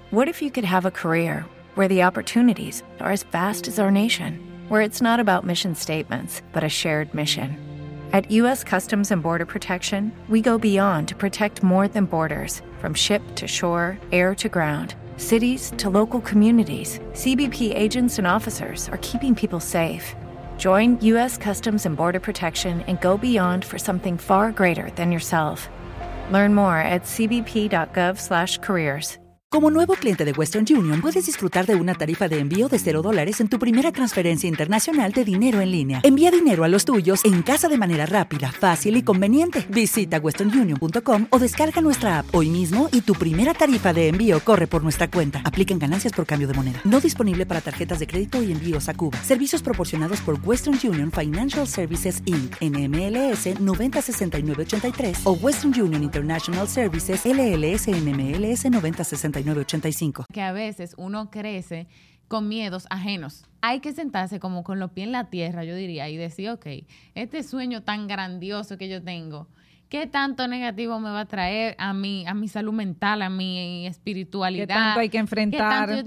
What if you could have a career where the opportunities are as vast as our nation, where it's not about mission statements, but a shared mission? At U.S. Customs and Border Protection, we go beyond to protect more than borders. From ship to shore, air to ground, cities to local communities, CBP agents and officers are keeping people safe. Join U.S. Customs and Border Protection and go beyond for something far greater than yourself. Learn more at cbp.gov/careers. Como nuevo cliente de Western Union, puedes disfrutar de una tarifa de envío de $0 en tu primera transferencia internacional de dinero en línea. Envía dinero a los tuyos en casa de manera rápida, fácil y conveniente. Visita westernunion.com o descarga nuestra app hoy mismo y tu primera tarifa de envío corre por nuestra cuenta. Aplican ganancias por cambio de moneda. No disponible para tarjetas de crédito y envíos a Cuba. Servicios proporcionados por Western Union Financial Services Inc. NMLS 906983 o Western Union International Services LLS NMLS 906985. Que a veces uno crece con miedos ajenos. Hay que sentarse como con los pies en la tierra, yo diría, y decir, ok, este sueño tan grandioso que yo tengo, ¿qué tanto negativo me va a traer a mi salud mental, a mi espiritualidad? ¿Qué tanto hay que enfrentar?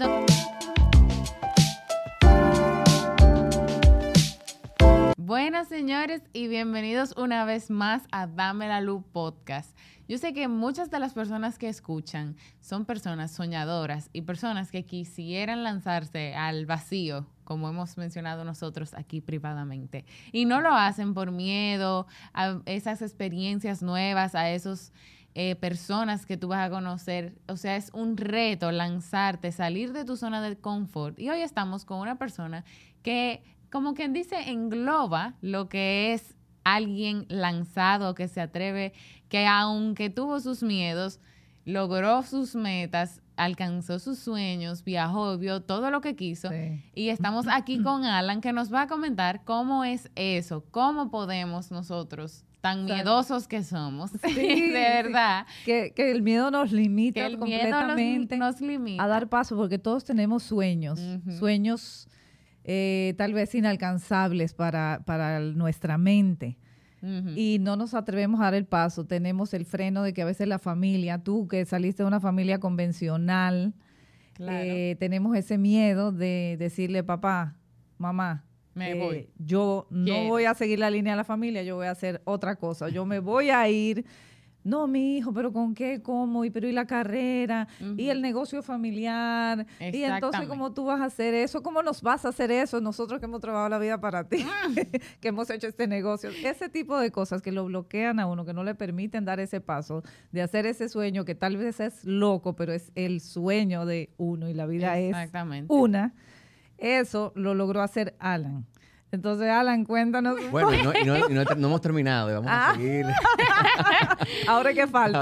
Buenas, señores, y bienvenidos una vez más a Dame la Luz Podcast. Yo sé que muchas de las personas que escuchan son personas soñadoras y personas que quisieran lanzarse al vacío, como hemos mencionado nosotros aquí privadamente. Y no lo hacen por miedo a esas experiencias nuevas, a esos personas que tú vas a conocer. O sea, es un reto lanzarte, salir de tu zona de confort. Y hoy estamos con una persona que, como quien dice, engloba lo que es alguien lanzado, que se atreve, que aunque tuvo sus miedos, logró sus metas, alcanzó sus sueños, viajó, vio todo lo que quiso. Sí. Y estamos aquí con Alan, que nos va a comentar cómo es eso, cómo podemos nosotros, tan miedosos que somos, sí, de verdad. Que el miedo nos limita completamente nos limita a dar paso, porque todos tenemos sueños, sueños tal vez inalcanzables para nuestra mente. Y no nos atrevemos a dar el paso. Tenemos el freno de que a veces la familia, tú que saliste de una familia convencional, claro, tenemos ese miedo de decirle, papá, mamá, me voy. Yo no voy a seguir la línea de la familia, yo voy a hacer otra cosa. Yo me voy a ir. No, mi hijo, pero ¿con qué? ¿Cómo? ¿Y la carrera? ¿Y el negocio familiar? Y entonces, ¿cómo tú vas a hacer eso? ¿Cómo nos vas a hacer eso? Nosotros que hemos trabajado la vida para ti, que hemos hecho este negocio. Ese tipo de cosas que lo bloquean a uno, que no le permiten dar ese paso de hacer ese sueño, que tal vez es loco, pero es el sueño de uno y la vida es una. Eso lo logró hacer Alan. Entonces, Alan, cuéntanos. Bueno, no hemos terminado, vamos a seguir. ¿Ahora qué falta?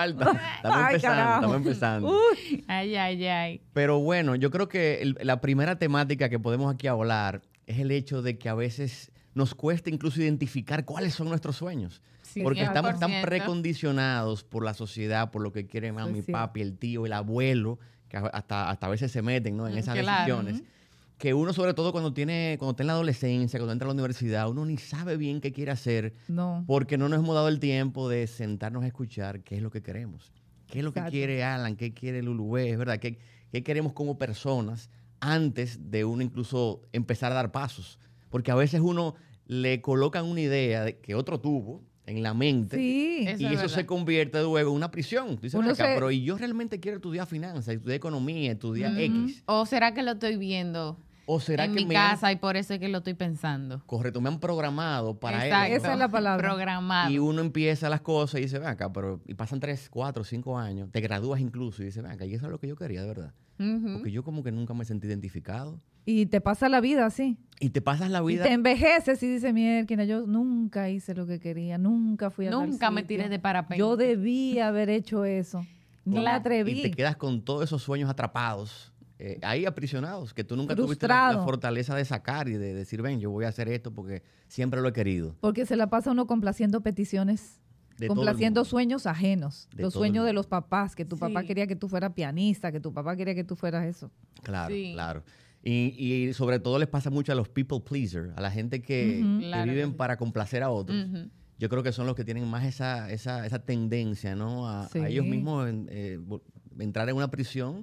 Estamos empezando. Ay. Pero bueno, yo creo que la primera temática que podemos aquí hablar es el hecho de que a veces nos cuesta incluso identificar cuáles son nuestros sueños. Sí, porque 100%. Estamos tan precondicionados por la sociedad, por lo que quiere mami, papi, el tío, el abuelo, que hasta a veces se meten, ¿no?, en esas decisiones. Que uno, sobre todo cuando está en la adolescencia, cuando entra a la universidad, uno ni sabe bien qué quiere hacer, porque no nos hemos dado el tiempo de sentarnos a escuchar qué es lo que queremos, qué es lo que quiere Alan, qué quiere Lulubé, ¿verdad? ¿Qué queremos como personas antes de uno incluso empezar a dar pasos? Porque a veces uno le colocan una idea que otro tuvo en la mente, y eso se convierte luego en una prisión. Tú dices, pero ¿y yo realmente quiero estudiar finanzas, estudiar economía, estudiar X? ¿O será que lo estoy viendo en mi casa y por eso es que lo estoy pensando? Correcto, me han programado para eso. Esa es la palabra. Programado. Y uno empieza las cosas y dice, ven acá, y pasan 3, 4, 5 años, te gradúas incluso y dices, ven acá, y eso es lo que yo quería de verdad. Porque yo como que nunca me sentí identificado. Y te pasa la vida así. Y te pasas la vida. Y te envejeces y dices, mierda, yo nunca hice lo que quería, nunca fui a tal sitio. Nunca me tiré de parapente. Yo debí haber hecho eso. No me atreví. Y te quedas con todos esos sueños atrapados, ahí aprisionados, que tú nunca tuviste la fortaleza de sacar y de decir, ven, yo voy a hacer esto porque siempre lo he querido. Porque se la pasa uno complaciendo peticiones, complaciendo sueños ajenos, los sueños de los papás, que tu papá quería que tú fueras pianista, que tu papá quería que tú fueras eso. Claro, claro. Y sobre todo les pasa mucho a los people pleaser, a la gente que viven para complacer a otros. Yo creo que son los que tienen más esa tendencia, ¿no? A ellos mismos entrar en una prisión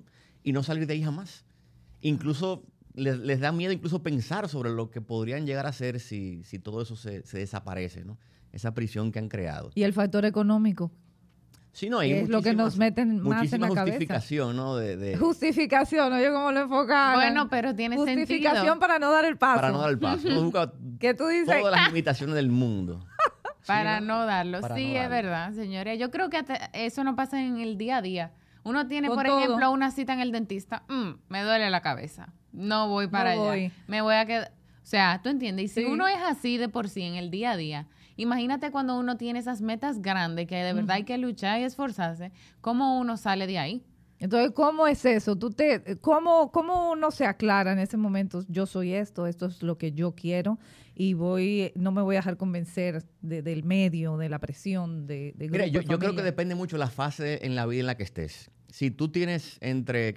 y no salir de ahí jamás. Incluso les da miedo incluso pensar sobre lo que podrían llegar a hacer si todo eso se desaparece, ¿no? Esa prisión que han creado. Y el factor económico. Sí, no, hay es lo que nos meten más en la cabeza. Justificación, ¿no? Justificación, ¿no? Yo cómo lo enfocar. Bueno, pero tiene justificación sentido. para no dar el paso. Para no dar el paso. Uno busca ¿qué tú dices? todas las limitaciones del mundo. Para no darlo. Para sí, no es darlo. verdad, señores. Yo creo que eso no pasa en el día a día. Uno tiene, Con por todo. ejemplo, una cita en el dentista. Me duele la cabeza. No voy para allá. Me voy a quedar. O sea, ¿tú entiendes? Y si uno es así de por sí en el día a día, imagínate cuando uno tiene esas metas grandes que de verdad hay que luchar y esforzarse, ¿cómo uno sale de ahí? Entonces, ¿cómo es eso? ¿Cómo uno se aclara en ese momento? Yo soy esto es lo que yo quiero y no me voy a dejar convencer del medio, de la presión, de Mira, yo creo que depende mucho la fase en la vida en la que estés. Si tú tienes entre,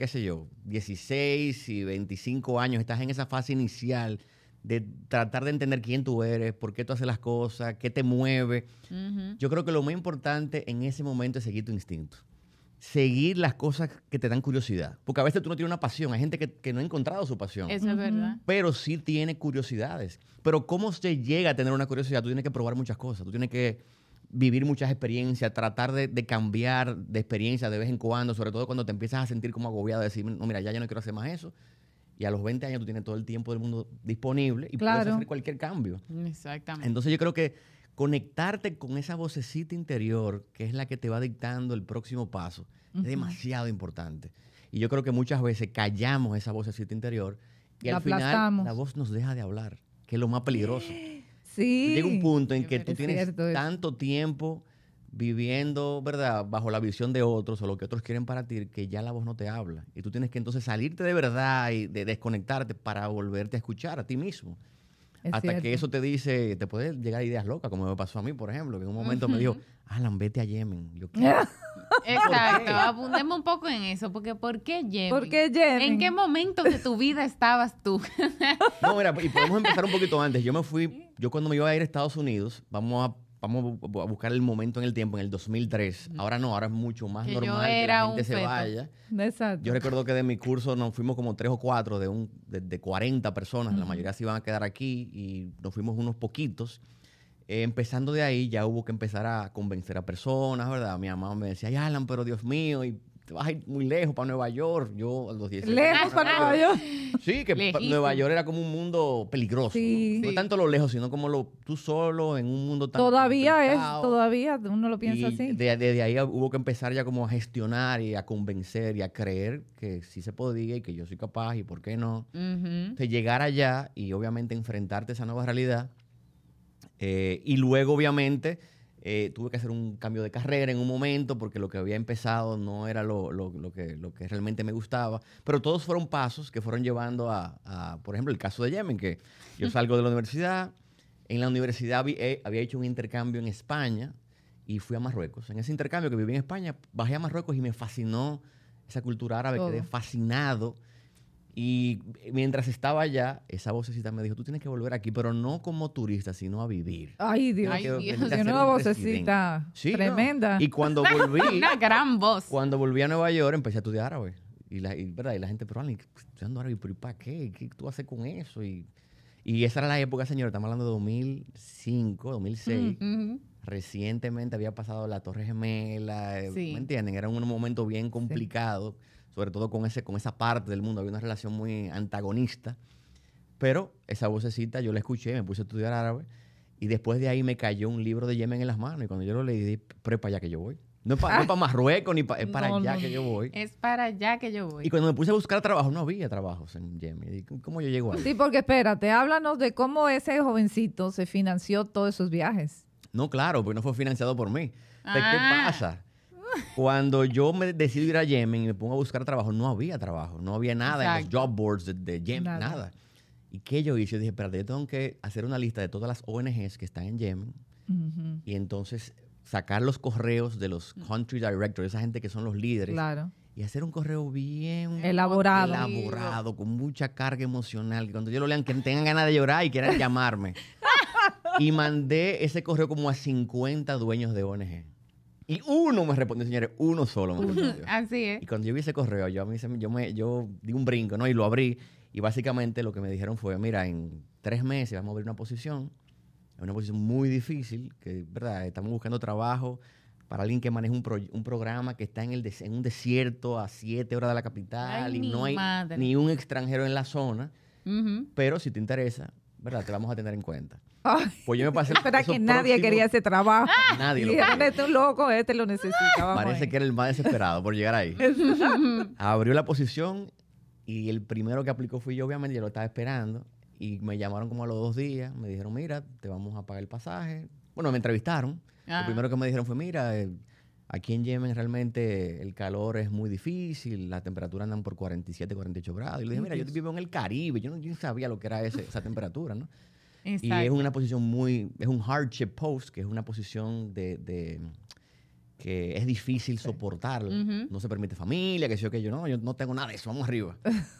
16 y 25 años, estás en esa fase inicial de tratar de entender quién tú eres, por qué tú haces las cosas, qué te mueve. Yo creo que lo más importante en ese momento es seguir tu instinto. Seguir las cosas que te dan curiosidad. Porque a veces tú no tienes una pasión. Hay gente que no ha encontrado su pasión. Eso es verdad. Pero sí tiene curiosidades. Pero ¿cómo se llega a tener una curiosidad? Tú tienes que probar muchas cosas. Tú tienes que vivir muchas experiencias, tratar de cambiar de experiencia de vez en cuando, sobre todo cuando te empiezas a sentir como agobiado, de decir, no, mira, ya yo no quiero hacer más eso. Y a los 20 años tú tienes todo el tiempo del mundo disponible y puedes hacer cualquier cambio. Exactamente. Entonces yo creo que conectarte con esa vocecita interior, que es la que te va dictando el próximo paso, es demasiado importante. Y yo creo que muchas veces callamos esa vocecita interior y al final la voz nos deja de hablar, que es lo más peligroso. Sí. Llega un punto en que tú tienes tanto tiempo viviendo, ¿verdad?, bajo la visión de otros o lo que otros quieren para ti, que ya la voz no te habla. Y tú tienes que entonces salirte de verdad y de desconectarte para volverte a escuchar a ti mismo. Hasta que eso te dice, te puede llegar a ideas locas, como me pasó a mí, por ejemplo, que en un momento me dijo, Alan, vete a Yemen. Yo, ¿qué? Exacto, abundemos un poco en eso, porque ¿por qué Yemen? ¿Por qué Yemen? ¿En qué momento de tu vida estabas tú? No, mira, y podemos empezar un poquito antes. Yo cuando me iba a ir a Estados Unidos, vamos a buscar el momento en el tiempo, en el 2003. Ahora no, ahora es mucho más normal que la gente se vaya. Exacto. Yo recuerdo que de mi curso nos fuimos como 3 o 4 de 40 personas. La mayoría se iban a quedar aquí y nos fuimos unos poquitos. Empezando de ahí, ya hubo que empezar a convencer a personas, ¿verdad? Mi mamá me decía, ay, Alan, pero Dios mío, y te vas a ir muy lejos para Nueva York. Yo a los 16 ¿Lejos para Nueva York? Sí, que Nueva York era como un mundo peligroso. Sí. No tanto lo lejos, sino como tú solo en un mundo tan Todavía uno lo piensa así. Desde ahí hubo que empezar ya como a gestionar y a convencer y a creer que sí se podía y que yo soy capaz y por qué no. De llegar allá y obviamente enfrentarte a esa nueva realidad. Y luego, obviamente, tuve que hacer un cambio de carrera en un momento porque lo que había empezado no era lo que realmente me gustaba. Pero todos fueron pasos que fueron llevando a, por ejemplo, el caso de Yemen, que yo salgo de la universidad. En la universidad había hecho un intercambio en España y fui a Marruecos. En ese intercambio que viví en España, bajé a Marruecos y me fascinó esa cultura árabe. Quedé fascinado. Y mientras estaba allá, esa vocecita me dijo, tú tienes que volver aquí, pero no como turista, sino a vivir. Ay, Dios. Tiene una vocecita tremenda. No. Y cuando volví... Una gran voz. Cuando volví a Nueva York, empecé a estudiar árabe. Y la gente, pero Alan, estudiando árabe, ¿pero para qué? ¿Qué tú haces con eso? Y esa era la época, señor, estamos hablando de 2005, 2006. Recientemente había pasado la Torre Gemela, ¿me entienden? Era un momento bien complicado. Sobre todo con esa parte del mundo. Había una relación muy antagonista. Pero esa vocecita yo la escuché, me puse a estudiar árabe. Y después de ahí me cayó un libro de Yemen en las manos. Y cuando yo lo leí, dije, pero es para allá que yo voy. No es para Marruecos, es para allá que yo voy. Es para allá que yo voy. Y cuando me puse a buscar trabajo, no había trabajos en Yemen. Y ¿cómo yo llego ahí? Sí, porque espérate, háblanos de cómo ese jovencito se financió todos esos viajes. No, claro, porque no fue financiado por mí. ¿Qué pasa? Cuando yo me decido ir a Yemen y me pongo a buscar trabajo, no había trabajo, no había nada en los job boards de Yemen, nada. ¿Y qué yo hice? Yo dije, espérate, yo tengo que hacer una lista de todas las ONGs que están en Yemen y entonces sacar los correos de los country directors, esa gente que son los líderes, y hacer un correo bien elaborado, con mucha carga emocional, que cuando yo lo lean, que tengan ganas de llorar y quieran llamarme. Y mandé ese correo como a 50 dueños de ONG. Y uno me respondió, señores, uno solo me respondió. Así es. Y cuando yo vi ese correo, yo di un brinco, ¿no? Y lo abrí. Y básicamente lo que me dijeron fue, mira, en 3 meses vamos a abrir una posición. Es una posición muy difícil, que, ¿verdad? Estamos buscando trabajo para alguien que maneje un programa que está en un desierto a 7 horas de la capital. Ay, y no hay madre. ni un extranjero en la zona. Pero si te interesa, ¿verdad? Te vamos a tener en cuenta. Ay, Pues yo me pasé espera que nadie quería ese trabajo. Nadie lo Dijeron, quería. este es un loco, este lo necesita. Parece que era el más desesperado por llegar ahí. Abrió la posición y el primero que aplicó fui yo, obviamente, yo lo estaba esperando. Y me llamaron como a los 2 días. Me dijeron, mira, te vamos a pagar el pasaje. Bueno, me entrevistaron. Lo primero que me dijeron fue, mira, aquí en Yemen realmente el calor es muy difícil. Las temperaturas andan por 47, 48 grados. Y le dije, mira, yo vivo en el Caribe. Yo no sabía lo que era esa temperatura, ¿no? Exacto. Y es una posición es un hardship post, que es una posición que es difícil soportarla. No se permite familia, que yo no tengo nada de eso, vamos arriba.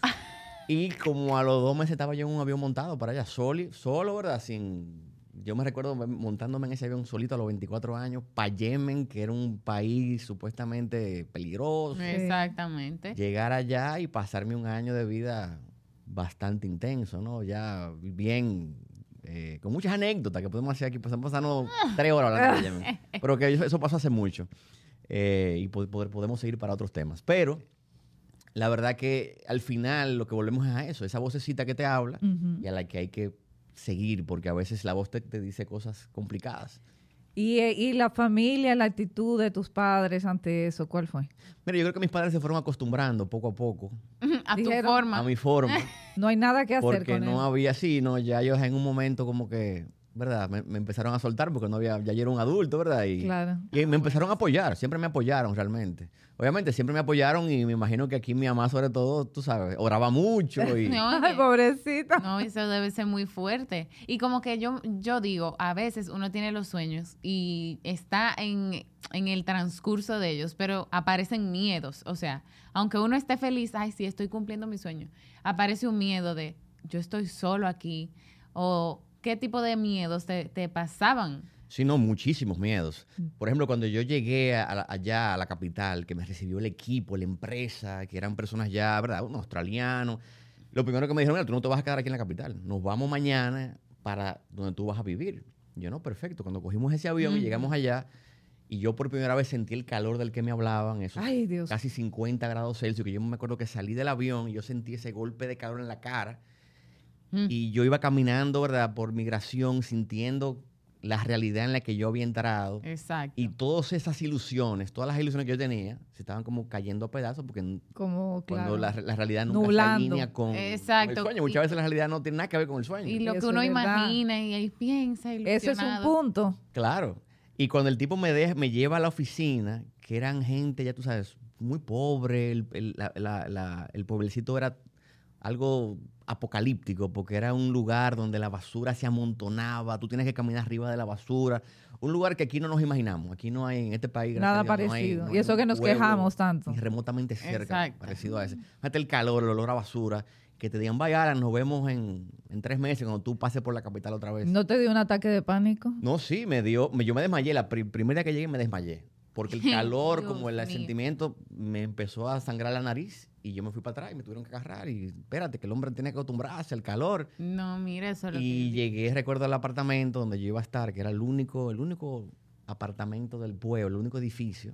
Y como a los 2 meses estaba yo en un avión montado para allá, solo, ¿verdad? Yo me recuerdo montándome en ese avión solito a los 24 años, para Yemen, que era un país supuestamente peligroso. Exactamente. Llegar allá y pasarme un año de vida bastante intenso, ¿no? Ya bien, con muchas anécdotas que podemos hacer aquí. Pues pasando 3 horas hablando de Yemen. Pero que eso pasó hace mucho. Y podemos seguir para otros temas. Pero la verdad que al final lo que volvemos es a eso, esa vocecita que te habla y a la que hay que seguir, porque a veces la voz te dice cosas complicadas. ¿Y la familia, la actitud de tus padres ante eso, cuál fue? Mira, yo creo que mis padres se fueron acostumbrando poco a poco. A tu Dijeron, forma. A mi forma. No hay nada que hacer Porque con no él. había así, ¿no? Ya ellos en un momento como que, ¿verdad? Me empezaron a soltar porque ya yo era un adulto, ¿verdad? Claro. Y me empezaron a apoyar, siempre me apoyaron realmente. Obviamente siempre me apoyaron y me imagino que aquí mi mamá sobre todo, tú sabes, oraba mucho y... No, Ay, pobrecita. no, eso debe ser muy fuerte. Y como que yo digo, a veces uno tiene los sueños y está en el transcurso de ellos, pero aparecen miedos. O sea, aunque uno esté feliz, ay, sí, estoy cumpliendo mi sueño, aparece un miedo de, yo estoy solo aquí, o qué tipo de miedos te pasaban. Sí, no, muchísimos miedos. Por ejemplo, cuando yo llegué allá a la capital, que me recibió el equipo, la empresa, que eran personas ya, ¿verdad? Unos australianos. Lo primero que me dijeron, mira, tú no te vas a quedar aquí en la capital. Nos vamos mañana para donde tú vas a vivir. Yo, no, perfecto. Cuando cogimos ese avión y llegamos allá, y yo por primera vez sentí el calor del que me hablaban, esos Ay, Dios. casi 50 grados Celsius, que yo me acuerdo que salí del avión y yo sentí ese golpe de calor en la cara. Y yo iba caminando, ¿verdad? Por migración, sintiendo la realidad en la que yo había entrado. Exacto. Y todas esas ilusiones, todas las ilusiones que yo tenía, se estaban como cayendo a pedazos porque Como, cuando claro. la realidad nunca Nublando. se alinea con Exacto. el sueño. Muchas veces la realidad no tiene nada que ver con el sueño. Y lo que Eso uno es verdad. imagina y ahí piensa, ilusionado. Eso es un punto. Claro. Y cuando el tipo me lleva a la oficina, que eran gente, ya tú sabes, muy pobre, el pueblecito era algo apocalíptico, porque era un lugar donde la basura se amontonaba, tú tienes que caminar arriba de la basura, un lugar que aquí no nos imaginamos, aquí no hay en este país. Nada gracias a Dios, parecido. no Y hay eso un que nos pueblo quejamos tanto. ni remotamente cerca, Exacto. parecido a ese. Fíjate el calor, el olor a basura, que te digan, vaya, nos vemos en 3 meses cuando tú pases por la capital otra vez. ¿No te dio un ataque de pánico? No, sí, yo me desmayé. Primer día que llegué me desmayé. Porque el calor, Dios como el mío. sentimiento, me empezó a sangrar la nariz y yo me fui para atrás y me tuvieron que agarrar. Y espérate, que el hombre tiene que acostumbrarse al calor. No, mira, eso es lo Y que... llegué, recuerdo, al apartamento donde yo iba a estar, que era el único apartamento del pueblo, el único edificio.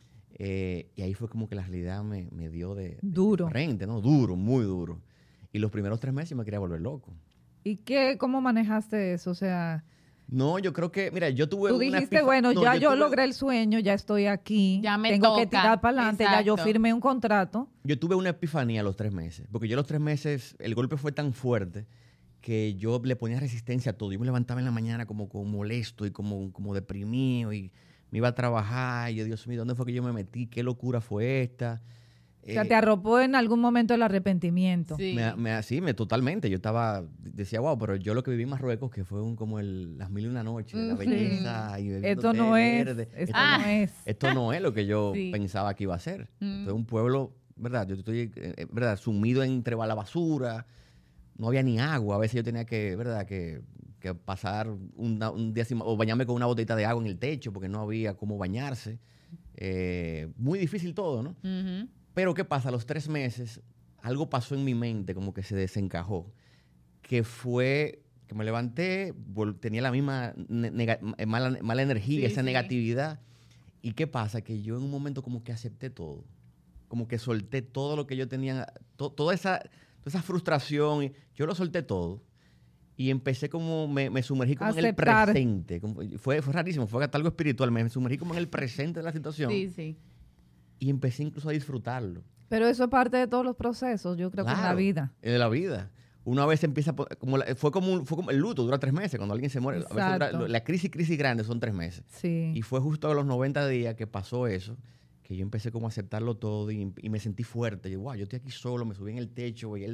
Y ahí fue como que la realidad me dio Duro. de frente, ¿no? Duro, muy duro. Y los primeros 3 meses me quería volver loco. ¿Y cómo manejaste eso? O sea, No, yo creo que, mira, yo tuve tú una dijiste, bueno, no, ya yo tuve- logré el sueño, ya estoy aquí, Ya me tengo que toca. tirar para adelante, ya yo Exacto. firmé un contrato. Yo tuve una epifanía a los 3 meses, porque yo a los 3 meses, el golpe fue tan fuerte que yo le ponía resistencia a todo. Yo me levantaba en la mañana como molesto y como deprimido y me iba a trabajar y yo, Dios mío, ¿dónde fue que yo me metí? ¿Qué locura fue esta? O sea, te arropó en algún momento el arrepentimiento. Sí. Totalmente. Yo decía, wow, pero yo lo que viví en Marruecos, que fue las 1001 noches, la Ujú. belleza y bebiendo Esto té no es, verde. esto Ah. no es. Esto no es lo que yo Sí. pensaba que iba a ser. Mm. Esto es un pueblo, ¿verdad? Yo estoy, ¿verdad? Sumido entre la basura. No había ni agua. A veces yo tenía que, ¿verdad? Que pasar un día o bañarme con una botellita de agua en el techo porque no había cómo bañarse. Muy difícil todo, ¿no? Pero ¿qué pasa? A los 3 meses, algo pasó en mi mente, como que se desencajó, que fue que me levanté, tenía la misma mala energía, esa negatividad. ¿Y qué pasa? Que yo en un momento como que acepté todo. Como que solté todo lo que yo tenía, toda esa frustración. Yo lo solté todo. Y empecé como, me sumergí como en el presente. Fue rarísimo, fue hasta algo espiritual. Me sumergí como en el presente de la situación. Sí. Y empecé incluso a disfrutarlo. Pero eso es parte de todos los procesos, yo creo, que en la vida. De la vida. Una vez empieza, fue como el luto, dura 3 meses. Cuando alguien se muere, a veces la crisis grande son 3 meses. Sí. Y fue justo a los 90 días que pasó eso, que yo empecé como a aceptarlo todo y me sentí fuerte. Yo, wow, yo estoy aquí solo, me subí en el techo, veía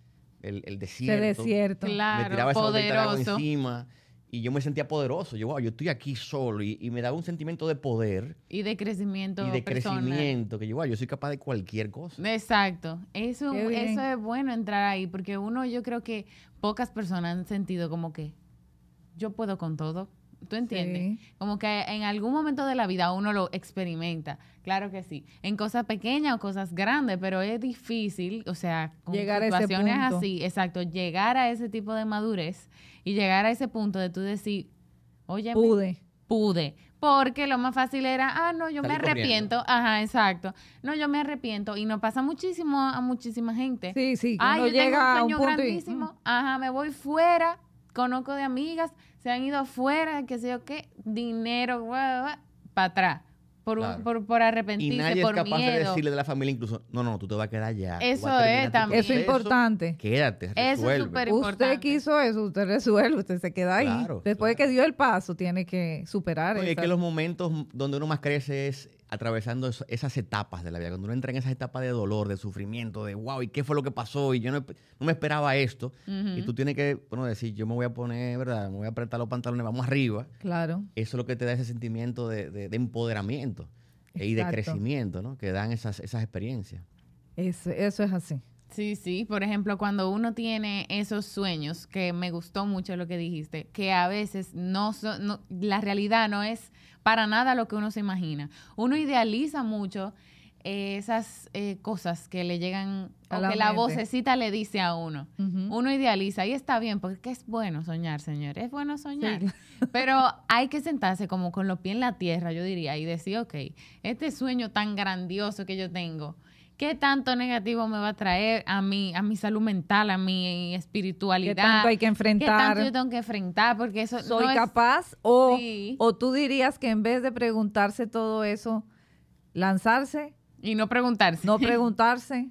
el desierto. El desierto. Claro, me tiraba poderoso. esa encima. Y yo me sentía poderoso. Yo, wow, yo estoy aquí solo. Y me daba un sentimiento de poder. Y de crecimiento personal. Que yo, wow, yo soy capaz de cualquier cosa. Exacto. Eso es bueno entrar ahí. Porque yo creo que pocas personas han sentido como que yo puedo con todo. ¿Tú entiendes? Sí. Como que en algún momento de la vida uno lo experimenta. Claro que sí. En cosas pequeñas o cosas grandes, pero es difícil, o sea, con llegar situaciones a ese punto. así, exacto, llegar a ese tipo de madurez y llegar a ese punto de tú decir, oye, pude. Porque lo más fácil era, no, yo me arrepiento. Corriendo. Ajá, exacto. No, yo me arrepiento. Y nos pasa muchísimo a muchísima gente. Sí. Yo llega tengo un a un sueño punto grandísimo. Ajá, me voy fuera. Conozco de amigas, se han ido afuera, qué sé yo qué, dinero, para atrás. Por arrepentirse, y nadie por es capaz miedo. de decirle de la familia incluso, no, tú te vas a quedar allá. Eso es también. Eso es importante. Quédate, resuelve. Eso es súper importante. Usted quiso eso, usted resuelve, usted se queda ahí. Claro, Después de que dio el paso, tiene que superar eso. Es que los momentos donde uno más crece es atravesando esas etapas de la vida. Cuando uno entra en esas etapas de dolor, de sufrimiento, de wow, ¿y qué fue lo que pasó? Y yo no me esperaba esto. Y tú tienes que, decir, yo me voy a poner, ¿verdad? Me voy a apretar los pantalones, vamos arriba. Claro. Eso es lo que te da ese sentimiento de empoderamiento. Y de crecimiento, ¿no? Que dan esas experiencias. Eso es así. Sí. Por ejemplo, cuando uno tiene esos sueños, que me gustó mucho lo que dijiste, que a veces la realidad no es para nada lo que uno se imagina. Uno idealiza mucho esas cosas que le llegan, o que la vocecita le dice a uno. Uno idealiza, y está bien, porque es bueno soñar, señores, es bueno soñar. Sí. Pero hay que sentarse como con los pies en la tierra, yo diría, y decir, ok, este sueño tan grandioso que yo tengo, ¿qué tanto negativo me va a traer a mi salud mental, a mi espiritualidad? ¿Qué tanto hay que enfrentar? ¿Qué tanto yo tengo que enfrentar? Porque eso ¿soy no capaz? O tú dirías que en vez de preguntarse todo eso, lanzarse... Y no preguntarse. No preguntarse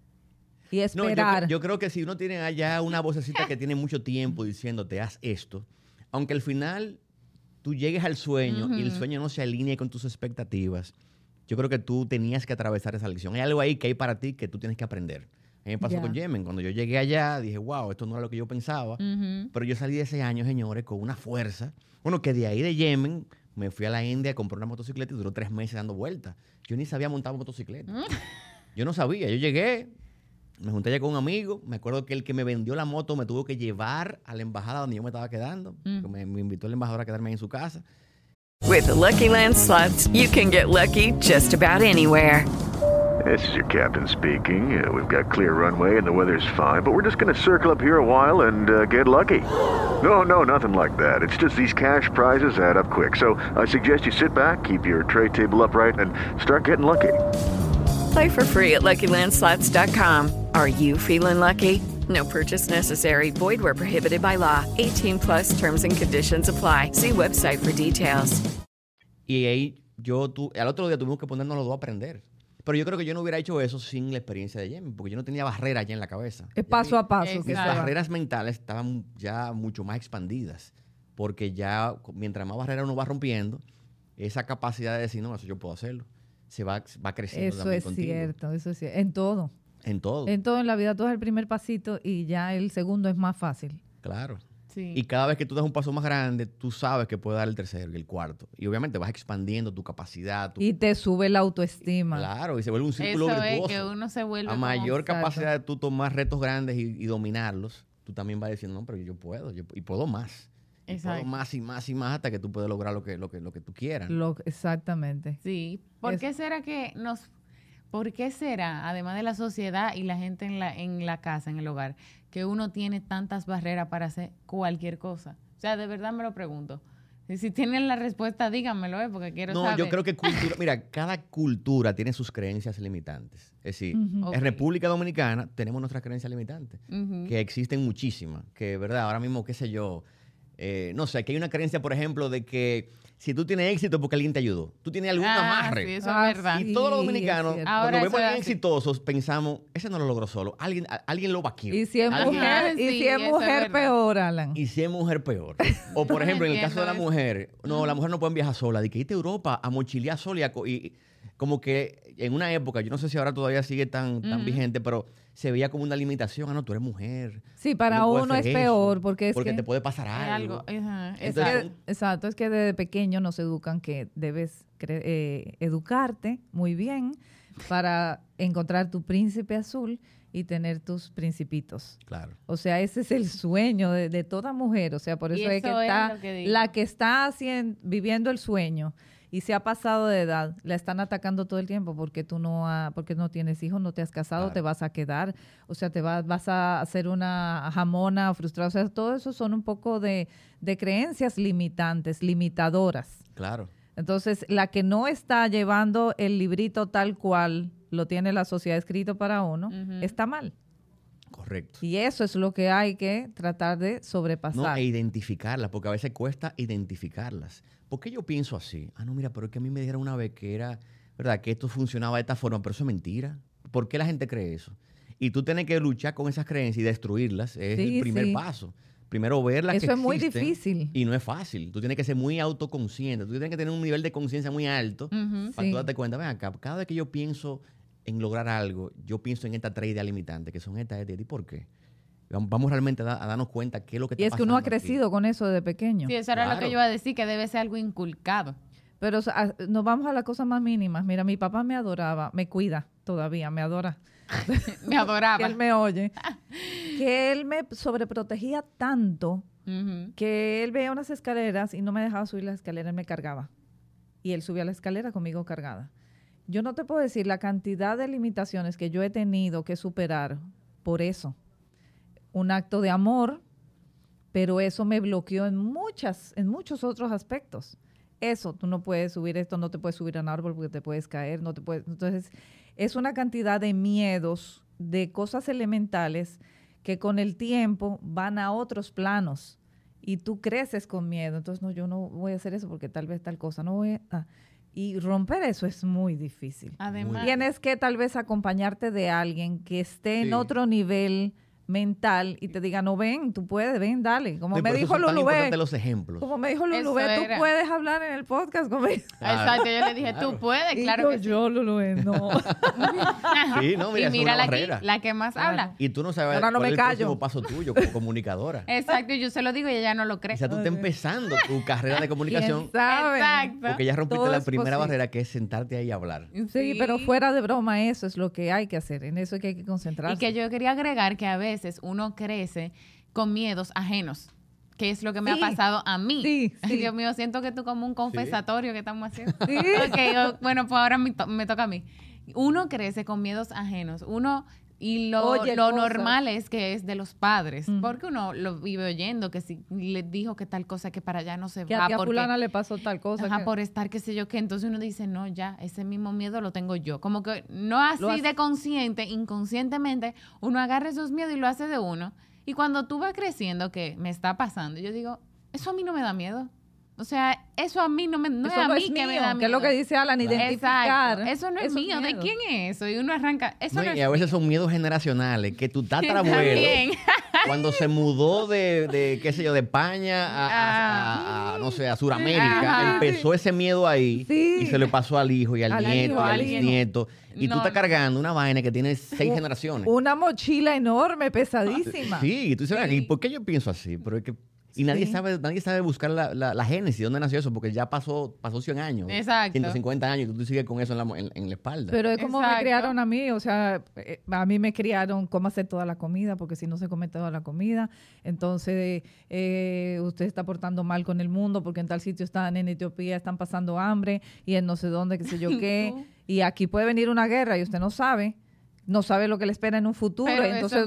y esperar. Yo creo que si uno tiene allá una vocecita que tiene mucho tiempo diciéndote, haz esto, aunque al final tú llegues al sueño y el sueño no se alinee con tus expectativas, yo creo que tú tenías que atravesar esa lección. Hay algo ahí que hay para ti que tú tienes que aprender. A mí me pasó con Yemen. Cuando yo llegué allá, dije, wow, esto no era lo que yo pensaba. Pero yo salí de ese año, señores, con una fuerza. Bueno, que de ahí de Yemen me fui a la India, compré una motocicleta y duró 3 meses dando vueltas. Yo ni sabía montar motocicleta. Yo no sabía. Yo llegué, me junté allá con un amigo. Me acuerdo que el que me vendió la moto me tuvo que llevar a la embajada donde yo me estaba quedando. Me invitó el embajador a quedarme ahí en su casa. With the Lucky Land Slots, you can get lucky just about anywhere. This is your captain speaking. We've got clear runway and the weather's fine, but we're just going to circle up here a while and get lucky. No, nothing like that. It's just these cash prizes add up quick. So I suggest you sit back, keep your tray table upright, and start getting lucky. Play for free at LuckyLandSlots.com. Are you feeling lucky? No purchase necessary. Void where prohibited by law. 18+ terms and conditions apply. See website for details. Y ahí al otro día tuvimos que ponernos los dos a aprender. Pero yo creo que yo no hubiera hecho eso sin la experiencia de Yemen, porque yo no tenía barreras ya en la cabeza. Es paso a paso. Mis barreras mentales estaban ya mucho más expandidas, porque ya mientras más barreras uno va rompiendo, esa capacidad de decir, no, eso yo puedo hacerlo, se va creciendo también contigo. Eso es cierto. En todo. En todo. En todo en la vida, tú das el primer pasito y ya el segundo es más fácil. Claro. Sí. Y cada vez que tú das un paso más grande, tú sabes que puedes dar el tercero y el cuarto. Y obviamente vas expandiendo tu capacidad. Y te sube la autoestima. Claro, y se vuelve un círculo virtuoso. Eso es, que uno se vuelve a mayor capacidad de tú tomar retos grandes y dominarlos, tú también vas diciendo, no, pero yo puedo, y puedo más. Todo más y más y más hasta que tú puedes lograr lo que tú quieras. Exactamente. Sí. ¿Por qué será, además de la sociedad y la gente en la casa, en el hogar, que uno tiene tantas barreras para hacer cualquier cosa? O sea, de verdad me lo pregunto. Si tienen la respuesta, díganmelo, porque quiero saber. No, yo creo que cada cultura tiene sus creencias limitantes. Es decir, en República Dominicana tenemos nuestras creencias limitantes, que existen muchísimas, que, ¿verdad? Ahora mismo, qué sé yo, no sé, aquí hay una creencia, por ejemplo, de que si tú tienes éxito porque alguien te ayudó, tú tienes algún amarre. Sí, eso es verdad. Y todos los dominicanos, cuando vemos a alguien exitosos, pensamos, ese no lo logró solo, alguien lo vaqueó. Y si es mujer, peor, Alan. Y si es mujer, peor. O, por ejemplo, en el caso de la mujer, la mujer no puede viajar sola, de que irte a Europa a mochilear sola y como que en una época, yo no sé si ahora todavía sigue tan vigente, pero se veía como una limitación. No, tú eres mujer. Sí, para uno es peor porque te puede pasar algo. Exacto, es que desde pequeño nos educan que debes educarte muy bien para encontrar tu príncipe azul y tener tus principitos. Claro. O sea, ese es el sueño de toda mujer. O sea, por eso es que está la que está viviendo el sueño y se ha pasado de edad, la están atacando todo el tiempo porque porque no tienes hijos, no te has casado, claro. Te vas a quedar, o sea, vas a hacer una jamona frustrada. O sea, todo eso son un poco de creencias limitantes, limitadoras. Claro. Entonces, la que no está llevando el librito tal cual lo tiene la sociedad escrito para uno, está mal. Correcto. Y eso es lo que hay que tratar de sobrepasar. No, identificarlas, porque a veces cuesta identificarlas. ¿Por qué yo pienso así? No, mira, pero es que a mí me dijeron una vez que era, ¿verdad?, que esto funcionaba de esta forma, pero eso es mentira. ¿Por qué la gente cree eso? Y tú tienes que luchar con esas creencias y destruirlas. Es el primer paso. Primero verlas que existen. Eso es muy difícil. Y no es fácil. Tú tienes que ser muy autoconsciente. Tú tienes que tener un nivel de conciencia muy alto para tú darte cuenta. Ven acá, cada vez que yo pienso en lograr algo, yo pienso en estas 3 ideas limitantes, que son estas. ¿Y por qué? Vamos realmente a darnos cuenta qué es lo que está pasando. Y es que uno ha crecido aquí con eso desde pequeño. Sí, eso era lo que yo iba a decir, que debe ser algo inculcado. Pero nos vamos a las cosas más mínimas. Mira, mi papá me adoraba, me cuida todavía, me adora. Me adoraba. Que él me oye. Que él me sobreprotegía tanto que él veía unas escaleras y no me dejaba subir las escaleras, él me cargaba. Y él subía la escalera conmigo cargada. Yo no te puedo decir la cantidad de limitaciones que yo he tenido que superar por eso. Un acto de amor, pero eso me bloqueó en muchos otros aspectos. Eso, tú no puedes subir esto, no te puedes subir a un árbol porque te puedes caer, no te puedes. Entonces, es una cantidad de miedos, de cosas elementales que con el tiempo van a otros planos y tú creces con miedo. Entonces, no, yo no voy a hacer eso porque tal vez tal cosa, no voy a... Y romper eso es muy difícil. Además, tienes que tal vez acompañarte de alguien que esté en otro nivel mental y te diga, no, ven, tú puedes, ven, dale. Como me dijo Lulubé. Los ejemplos. Como me dijo Lulubé, tú puedes hablar en el podcast conmigo. Exacto, yo le dije, tú puedes, claro que sí. Yo, Lulubé, no. Sí, no, mira, y mírala aquí, la que más habla. Y tú no sabes cuál es el próximo paso tuyo como comunicadora. Exacto, yo se lo digo y ella no lo cree. O sea, tú estás empezando tu carrera de comunicación. Exacto. Porque ya rompiste la primera barrera, que es sentarte ahí y hablar. Sí, pero fuera de broma, eso es lo que hay que hacer. En eso es que hay que concentrarse. Y que yo quería agregar que a veces uno crece con miedos ajenos, que es lo que me ha pasado a mí. Sí. Ay, Dios mío, siento que tú como un confesatorio que estamos haciendo. Sí. Okay, bueno, pues ahora me toca a mí. Uno crece con miedos ajenos. Y lo normal es que es de los padres, porque uno lo vive oyendo, que si le dijo que tal cosa, que para allá no se va. Que a fulana le pasó tal cosa. Por estar qué sé yo qué. Entonces uno dice, no, ya, ese mismo miedo lo tengo yo. Como que no así de consciente, inconscientemente, uno agarra esos miedos y lo hace de uno. Y cuando tú vas creciendo, que me está pasando, yo digo, eso a mí no me da miedo. O sea, eso a mí no es a mí que me da miedo. Que es lo que dice Alan, identificar. Exacto. Eso no es mío. ¿De quién es eso? Y uno arranca. Eso no y a veces son miedos generacionales. Que tu tatarabuelo, cuando se mudó de qué sé yo, de España a no sé, a Sudamérica, empezó ese miedo ahí y se le pasó al hijo y al nieto y al bisnieto. Y tú estás cargando una vaina que tiene 6 generaciones. Una mochila enorme, pesadísima. Sí, y tú dices, ¿y por qué yo pienso así? Pero es que Y nadie sabe buscar la génesis, dónde nació eso, porque ya pasó 100 años. Exacto. 150 años, y tú sigues con eso en la espalda. Pero es como me criaron a mí, o sea, a mí me criaron cómo hacer toda la comida, porque si no se come toda la comida, entonces usted está portando mal con el mundo, porque en tal sitio están en Etiopía, están pasando hambre, y en no sé dónde, qué sé yo qué, y aquí puede venir una guerra y usted no sabe lo que le espera en un futuro. Pero y entonces